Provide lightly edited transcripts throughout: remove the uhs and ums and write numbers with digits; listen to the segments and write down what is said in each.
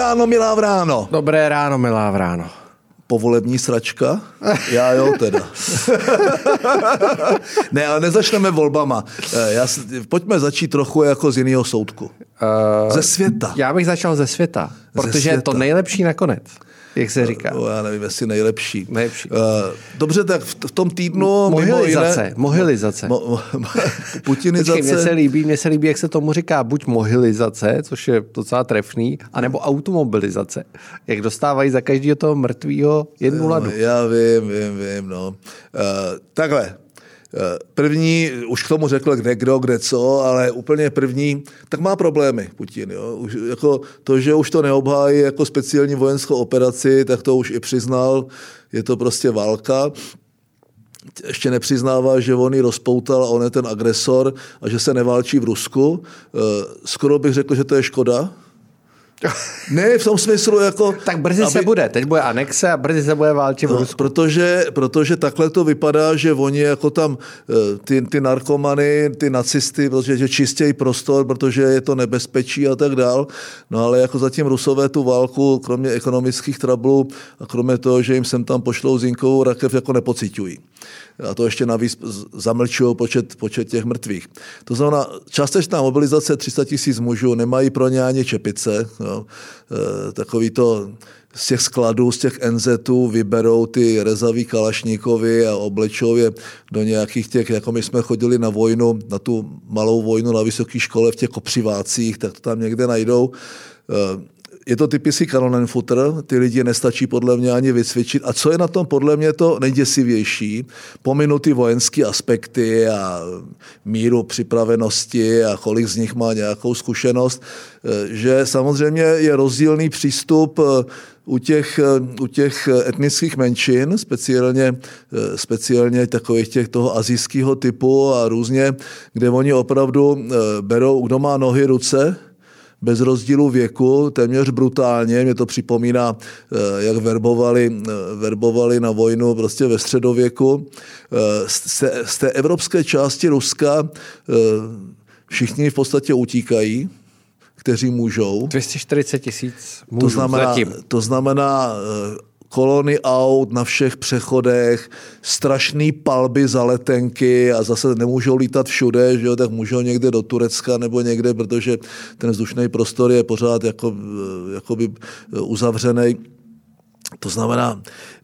ráno, milá vráno. Dobré ráno, milá vráno. Povolební sračka? Já jo, teda. Ne, ale nezačneme volbama. Pojďme začít trochu jako z jiného soudku. Ze světa. Já bych začal ze světa, protože je to nejlepší nakonec, jak se říká. Já nevím, jestli nejlepší. Dobře, tak v tom týdnu... Mohylizace. Putinizace. Počkej, mně se líbí, jak se tomu říká, buď mohylizace, což je docela trefný, anebo automobilizace. Jak dostávají za každého toho mrtvýho jednu ladu. Já vím, no. Takhle. První, už k tomu řekl kde co, ale úplně první, tak má problémy Putin. Jo? Už, jako to, že už to neobhájí jako speciální vojenskou operaci, tak to už i přiznal, je to prostě válka. Ještě nepřiznává, že on ji rozpoutal a on je ten agresor a že se neválčí v Rusku. Skoro bych řekl, že to je škoda. Ne, v tom smyslu jako... Tak brzy se bude, teď bude anexe a brzy se bude válčit v Rusku. Protože takhle to vypadá, že oni jako tam ty narkomany, ty nacisty, protože čistějí prostor, protože je to nebezpečí a tak dál. No ale jako zatím Rusové tu válku, kromě ekonomických trablů a kromě toho, že jim sem tam pošlou zinkovou rakev, jako nepociťují. A to ještě navíc zamlčují počet těch mrtvých. To znamená, částečná mobilizace 300 000 mužů, nemají pro ně ani čepice. No. Takový to z těch skladů, z těch NZů vyberou ty rezavý kalašníkovi a oblečou je do nějakých těch, jako my jsme chodili na vojnu, na tu malou vojnu na vysoké škole v těch kopřivácích, tak to tam někde najdou. Je to typický kanonenfutter, ty lidi nestačí podle mě ani vycvičit. A co je na tom podle mě to nejděsivější, pominu ty vojenské aspekty a míru připravenosti a kolik z nich má nějakou zkušenost, že samozřejmě je rozdílný přístup u těch etnických menšin, speciálně takových těch toho asijského typu a různě, kde oni opravdu berou, kdo má nohy, ruce, bez rozdílu věku, téměř brutálně. Mě to připomíná, jak verbovali na vojnu prostě ve středověku. Z té evropské části Ruska všichni v podstatě utíkají, kteří můžou. 240 000 mužů zatím. To znamená kolony aut na všech přechodech, strašný palby za letenky a zase nemůžou lítat všude, že jo, tak můžou někde do Turecka nebo někde, protože ten vzdušný prostor je pořád jakoby uzavřený. To znamená,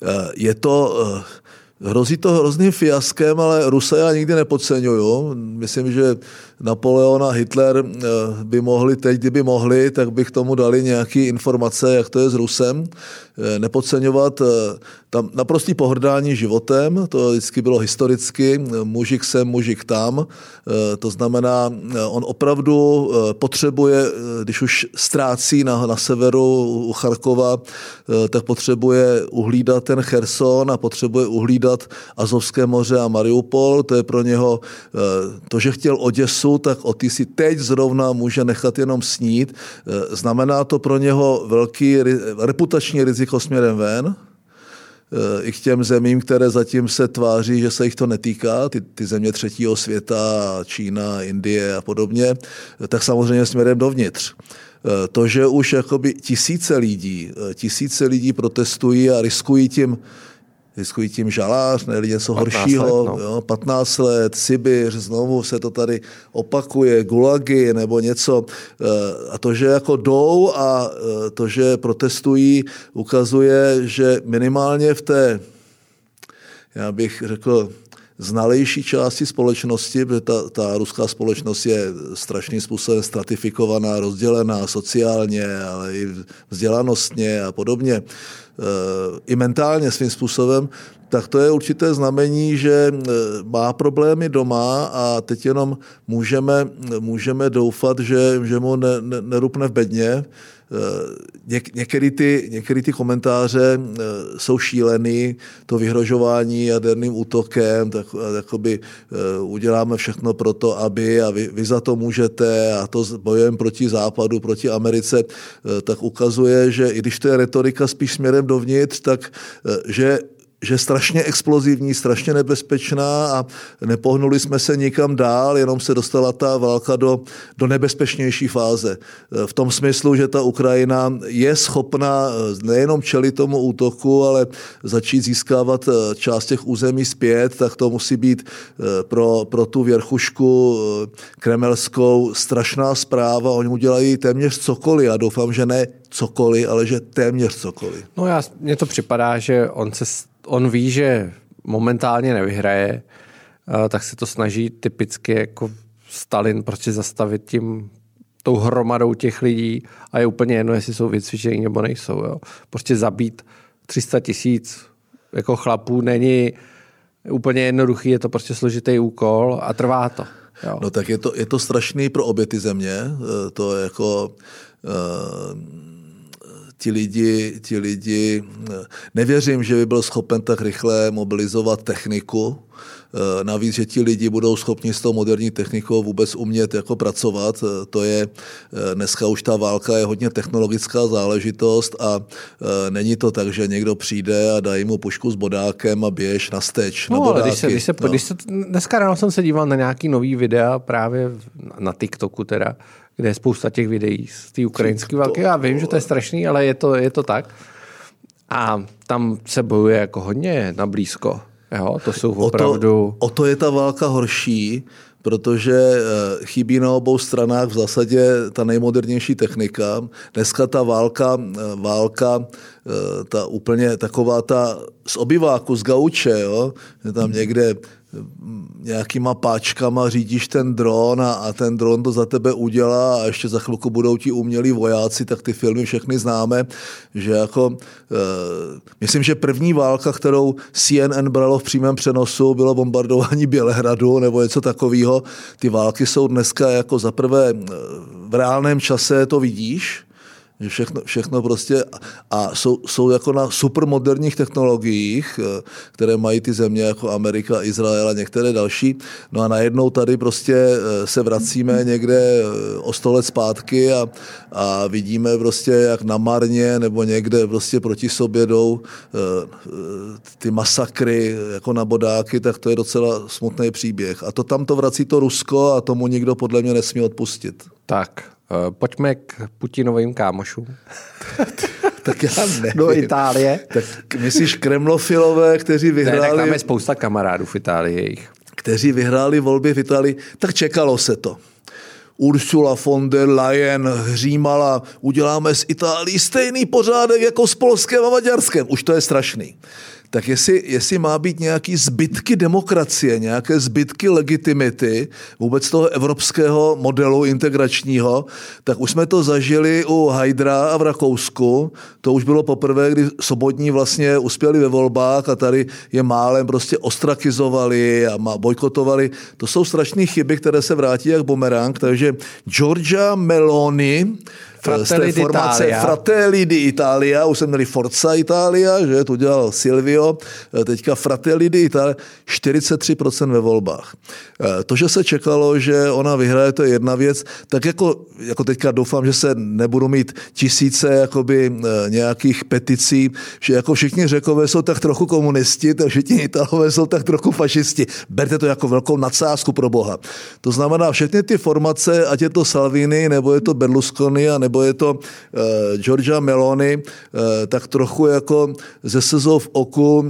hrozí to hrozným fiaskem, ale Rusy já nikdy nepodceňuju. Myslím, že Napoleon a Hitler by mohli teď, kdyby mohli, tak by k tomu dali nějaké informace, jak to je s Rusem. Nepodceňovat tam naprostý pohrdání životem, to vždycky bylo historicky, mužik sem, mužik tam. To znamená, on opravdu potřebuje, když už ztrácí na severu u Charkova, tak potřebuje uhlídat ten Cherson a potřebuje uhlídat Azovské moře a Mariupol. To je pro něho to, že chtěl Oděsu, tak o ty si teď zrovna může nechat jenom snít. Znamená to pro něho velký reputační riziko směrem ven, i k těm zemím, které zatím se tváří, že se jich to netýká, ty země třetího světa, Čína, Indie a podobně, tak samozřejmě směrem dovnitř. To, že už jakoby tisíce lidí protestují a riskují tím žalář, ne něco horšího, 15 let, Sibiř, znovu se to tady opakuje, gulagy nebo něco. A to, že jako jdou a to, že protestují, ukazuje, že minimálně v té, já bych řekl, znalejší části společnosti, protože ta ruská společnost je strašným způsobem stratifikovaná, rozdělená sociálně, ale i vzdělanostně a podobně, i mentálně svým způsobem, tak to je určité znamení, že má problémy doma a teď jenom můžeme doufat, že mu nerupne v bedně. Některé ty komentáře jsou šílený, to vyhrožování jaderným útokem, tak jakoby uděláme všechno pro to, aby a vy za to můžete a to bojujeme proti Západu, proti Americe, tak ukazuje, že i když to je retorika spíš směrem dovnitř, tak že že strašně explozivní, strašně nebezpečná a nepohnuli jsme se nikam dál, jenom se dostala ta válka do nebezpečnější fáze. V tom smyslu, že ta Ukrajina je schopna nejenom čelit tomu útoku, ale začít získávat část těch území zpět, tak to musí být pro tu věrchušku kremelskou strašná zpráva. Oni udělají téměř cokoliv. Já doufám, že ne cokoliv, ale že téměř cokoliv. No mně to připadá, že on ví, že momentálně nevyhraje, tak se to snaží typicky jako Stalin prostě zastavit tou hromadou těch lidí a je úplně jedno, jestli jsou vycvičení nebo nejsou. Jo. Prostě zabít 300 000 jako chlapů není úplně jednoduchý, je to prostě složitý úkol a trvá to. Jo. No tak je to strašný pro obě ty země. To je jako... Ti lidi, nevěřím, že by byl schopen tak rychle mobilizovat techniku. Navíc, že ti lidi budou schopni s tou moderní technikou vůbec umět jako pracovat. To je, dneska už ta válka je hodně technologická záležitost a není to tak, že někdo přijde a dají mu pušku s bodákem a běž na steč. No, ale dneska ráno jsem se díval na nějaký nový videa právě na TikToku teda, kde je spousta těch videí z té ukrajinské války. Já vím, že to je strašný, ale je to tak. A tam se bojuje jako hodně na blízko. Jo, to jsou opravdu... O to je ta válka horší, protože chybí na obou stranách v zásadě ta nejmodernější technika. Dneska ta válka ta úplně taková ta z obyváku, z gauče, jo? Tam někde nějakýma páčkama řídíš ten dron a ten dron to za tebe udělá a ještě za chvilku budou ti umělí vojáci, tak ty filmy všechny známe, že jako myslím, že první válka, kterou CNN bralo v přímém přenosu, bylo bombardování Bělehradu nebo něco takového. Ty války jsou dneska jako zaprvé v reálném čase to vidíš, že všechno prostě a jsou jako na supermoderních technologiích, které mají ty země jako Amerika, Izrael a některé další. No a najednou tady prostě se vracíme někde o 100 let zpátky a vidíme prostě, jak na Marně nebo někde prostě proti sobě jdou ty masakry jako na bodáky, tak to je docela smutný příběh. A to tam to vrací to Rusko a tomu nikdo podle mě nesmí odpustit. Tak. Pojďme k Putinovým kámošům. Tak já nevím. Do Itálie. Tak myslíš kremlofilové, kteří vyhráli... Ne, tak tam je spousta kamarádů v Itálii jejich. Kteří vyhráli volby v Itálii, tak čekalo se to. Ursula von der Leyen hřímala, uděláme z Itálii stejný pořádek jako s Polskem a Maďarskem. Už to je strašný. Tak jestli má být nějaký zbytky demokracie, nějaké zbytky legitimity vůbec toho evropského modelu integračního, tak už jsme to zažili u Hajdra a v Rakousku. To už bylo poprvé, kdy Sobotní vlastně uspěli ve volbách a tady je málem prostě ostrakizovali a bojkotovali. To jsou strašné chyby, které se vrátí jak bumerang, takže Giorgia Meloni Fratelli d'Italia. Fratelli d'Italia, už jsem měli Forza Italia, že to dělal Silvio, teďka Fratelli d'Italia, 43% ve volbách. To, že se čekalo, že ona vyhraje, to je jedna věc, tak jako teďka doufám, že se nebudu mít tisíce jakoby nějakých peticí, že jako všichni Řekové jsou tak trochu komunisti, takže všichni Italové jsou tak trochu fašisti. Berte to jako velkou nadsázku pro Boha. To znamená, všechny ty formace, ať je to Salvini, nebo je to Berlusconi, nebo je to Giorgia Meloni, tak trochu jako ze slzou v oku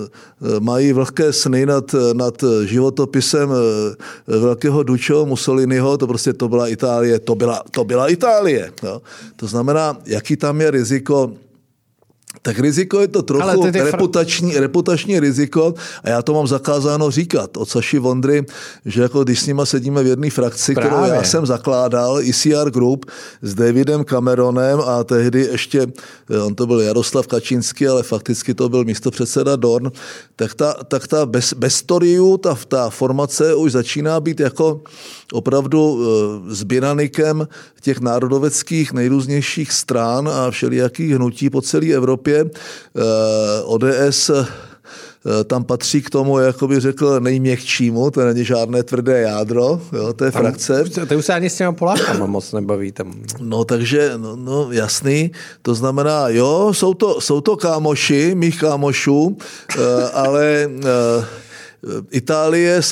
mají vlhké sny nad životopisem velkého Duccio Mussoliniho, to prostě to byla Itálie, to byla Itálie. No. To znamená, jaký tam je riziko. Tak riziko je to trochu reputační riziko a já to mám zakázáno říkat od Saši Vondry, že jako když s nima sedíme v jedné frakci, kterou já jsem zakládal, ECR Group s Davidem Cameronem a tehdy ještě, on to byl Jaroslav Kačínský, ale fakticky to byl místopředseda Dorn, tak ta bez toriu, ta formace už začíná být jako opravdu sběranikem těch národoveckých nejrůznějších stran a všelijakých hnutí po celé Evropě. ODS tam patří k tomu, jako bych řekl, nejměkčímu, to není žádné tvrdé jádro, jo, to je frakce. Ty už se ani s těma Polákama moc nebaví tam. No takže, no jasný, to znamená, jo, jsou to kámoši, mých kámošů, ale Itálie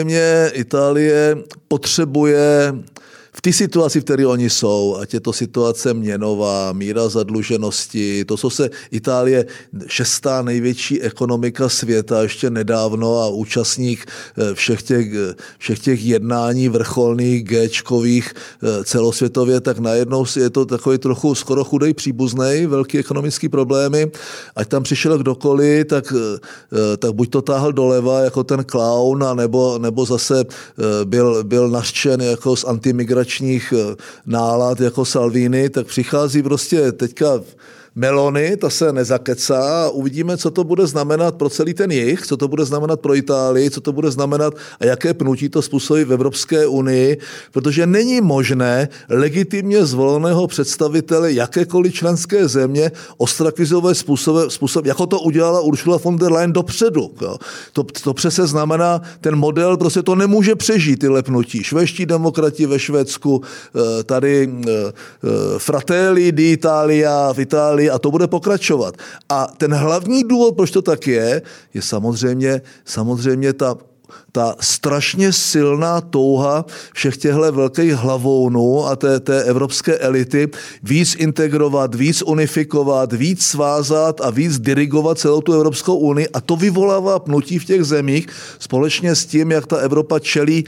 potřebuje v té situaci, v které oni jsou, ať je to situace měnová, míra zadluženosti, to jsou Itálie 6. největší ekonomika světa ještě nedávno a účastník všech těch jednání vrcholných, G-čkových celosvětově, tak najednou je to takový trochu skoro chudej příbuznej, velký ekonomický problémy. Ať tam přišel kdokoliv, tak buď to táhl doleva jako ten klaun, nebo zase byl nařčen jako z antimigračních nálad jako Salvini, tak přichází prostě teďka Meloni, ta se nezakecá a uvidíme, co to bude znamenat pro celý ten jih, co to bude znamenat pro Itálii, co to bude znamenat a jaké pnutí to způsobí v Evropské unii, protože není možné legitimně zvoleného představitele jakékoliv členské země ostrakizovat způsob, jako to udělala Ursula von der Leyen dopředu. Jo. To přece znamená, ten model prostě to nemůže přežít, tyhle pnutí. Švédští demokrati ve Švédsku, tady Fratelli d'Italia v Itálii a to bude pokračovat. A ten hlavní důvod, proč to tak je samozřejmě ta strašně silná touha všech těchto velkých hlavounů a té evropské elity víc integrovat, víc unifikovat, víc svázat a víc dirigovat celou tu Evropskou unii a to vyvolává pnutí v těch zemích společně s tím, jak ta Evropa čelí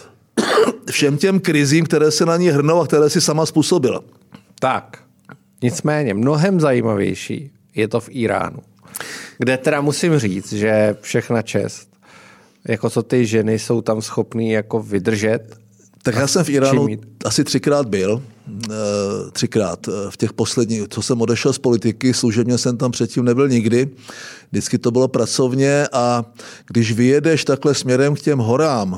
všem těm krizím, které se na ní hrnou a které si sama způsobila. Tak. Nicméně mnohem zajímavější je to v Iránu, kde teda musím říct, že všechna čest, jako co ty ženy jsou tam schopný jako vydržet. Tak já jsem v Iránu asi 3krát byl, 3krát v těch posledních, co jsem odešel z politiky, služebně jsem tam předtím nebyl nikdy, vždycky to bylo pracovně a když vyjedeš takhle směrem k těm horám,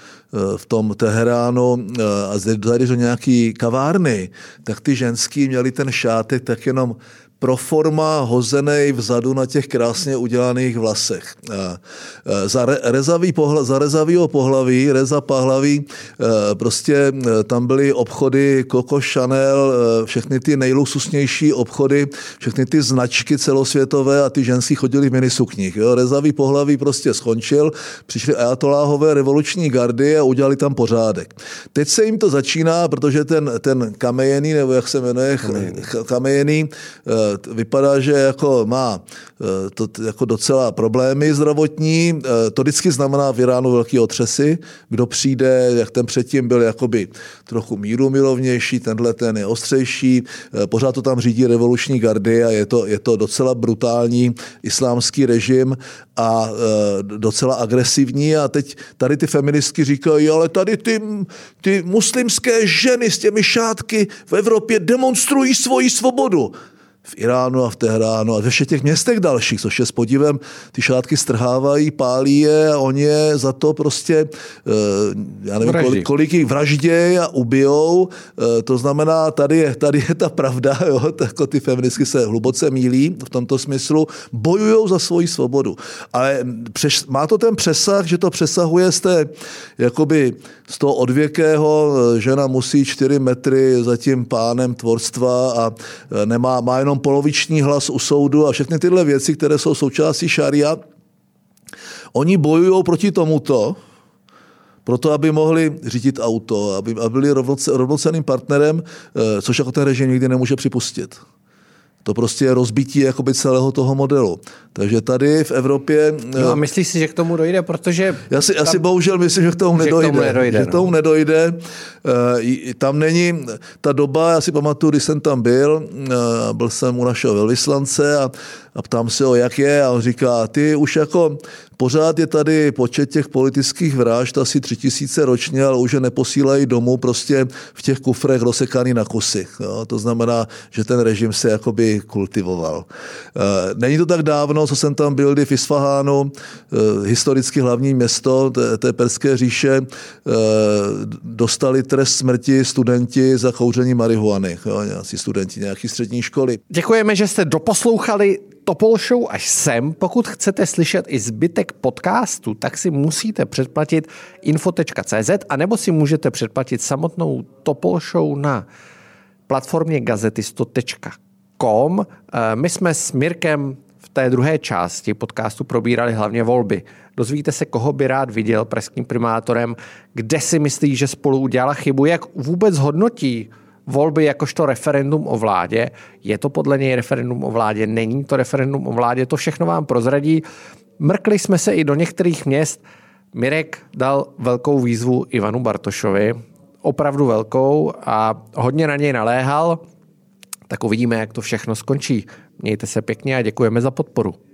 v tom Teheránu a zajdeš do nějaký kavárny, tak ty ženský měli ten šátek tak jenom pro forma hozenej vzadu na těch krásně udělaných vlasech. Za rezavýho pohlaví, Reza Pahlaví, prostě tam byly obchody Coco Chanel, všechny ty nejluxusnější obchody, všechny ty značky celosvětové a ty ženský chodili v minisukních. Rezavý pohlaví prostě skončil, přišli ajatoláhové revoluční gardy a udělali tam pořádek. Teď se jim to začíná, protože ten Kamejení, nebo jak se jmenuje, Kamejení, vypadá, že jako má to jako docela problémy zdravotní. To vždycky znamená v Iránu velký otřesy. Kdo přijde, jak ten předtím byl jakoby trochu mírumilovnější, tenhle ten je ostřejší. Pořád to tam řídí revoluční gardy a je to docela brutální islámský režim a docela agresivní. A teď tady ty feministky říkají, ale tady ty muslimské ženy s těmi šátky v Evropě demonstrují svoji svobodu. V Iránu a v Teheránu a ve všech těch městech dalších, což je s podívem, ty šátky strhávají, pálí je a oni je za to prostě, já nevím, kolik jich vraždějí a ubijou. To znamená, tady je ta pravda, jo, jako ty feministky se hluboce mýlí v tomto smyslu, bojujou za svoji svobodu. Ale má to ten přesah, že to přesahuje z toho odvěkého, žena musí 4 metry za tím pánem tvorstva a má jenom poloviční hlas u soudu a všechny tyhle věci, které jsou součástí šaria, oni bojují proti tomuto, proto, aby mohli řídit auto, aby byli rovnocenným partnerem, což jako ten režim nikdy nemůže připustit. To prostě je rozbití jakoby celého toho modelu. Takže tady v Evropě... No a myslíš si, že k tomu dojde, protože... Já si bohužel myslím, že k tomu nedojde. Tam není ta doba, já si pamatuju, když jsem tam byl jsem u našeho velvyslance a ptám se ho, jak je, a on říká, ty už jako pořád je tady počet těch politických vražd asi 3000 ročně, ale už je neposílají domů prostě v těch kufrech rozsekaný na kusy. Jo? To znamená, že ten režim se jakoby kultivoval. Není to tak dávno, co jsem tam byl, kdy v Isfahánu, historicky hlavní město té Perské říše, dostali trest smrti studenti za kouření marihuany. Jo? Nějací studenti nějaký střední školy. Děkujeme, že jste doposlouchali Topol Show až sem. Pokud chcete slyšet i zbytek podcastu, tak si musíte předplatit info.cz a nebo si můžete předplatit samotnou Topol Show na platformě gazetisto.com. My jsme s Mirkem v té druhé části podcastu probírali hlavně volby. Dozvíte se, koho by rád viděl pražským primátorem, kde si myslí, že Spolu udělala chybu, jak vůbec hodnotí volby jakožto referendum o vládě. Je to podle něj referendum o vládě, není to referendum o vládě, to všechno vám prozradí. Mrkli jsme se i do některých měst. Mirek dal velkou výzvu Ivanu Bartošovi, opravdu velkou, a hodně na něj naléhal. Tak uvidíme, jak to všechno skončí. Mějte se pěkně a děkujeme za podporu.